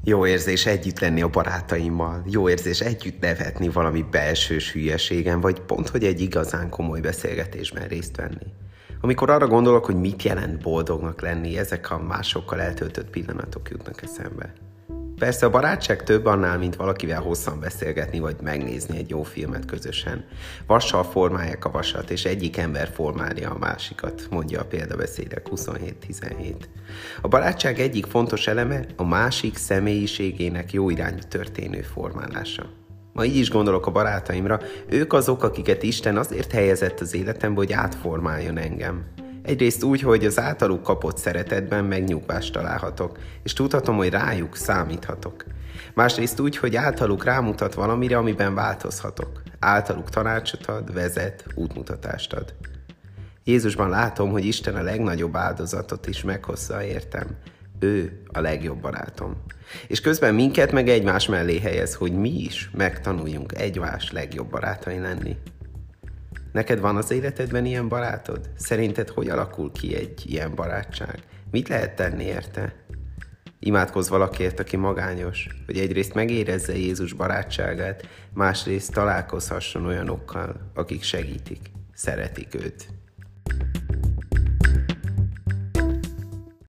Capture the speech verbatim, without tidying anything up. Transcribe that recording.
Jó érzés együtt lenni a barátaimmal, jó érzés együtt nevetni valami belsős hülyeségen, vagy pont, hogy egy igazán komoly beszélgetésben részt venni. Amikor arra gondolok, hogy mit jelent boldognak lenni, ezek a másokkal eltöltött pillanatok jutnak eszembe. Persze a barátság több annál, mint valakivel hosszan beszélgetni, vagy megnézni egy jó filmet közösen. Vassal formálják a vasat, és egyik ember formálja a másikat, mondja a példabeszédek huszonhét tizenhét. A barátság egyik fontos eleme a másik személyiségének jó irányú történő formálása. Ma így is gondolok a barátaimra, ők azok, akiket Isten azért helyezett az életembe, hogy átformáljon engem. Egyrészt úgy, hogy az általuk kapott szeretetben megnyugvást találhatok, és tudhatom, hogy rájuk számíthatok. Másrészt úgy, hogy általuk rámutat valamire, amiben változhatok. Általuk tanácsot ad, vezet, útmutatást ad. Jézusban látom, hogy Isten a legnagyobb áldozatot is meghozza értem. Ő a legjobb barátom. És közben minket meg egymás mellé helyez, hogy mi is megtanuljunk egymás legjobb barátai lenni. Neked van az életedben ilyen barátod? Szerinted hogy alakul ki egy ilyen barátság? Mit lehet tenni érte? Imádkozz valakiért, aki magányos, hogy egyrészt megérezze Jézus barátságát, másrészt találkozhasson olyanokkal, akik segítik, szeretik őt.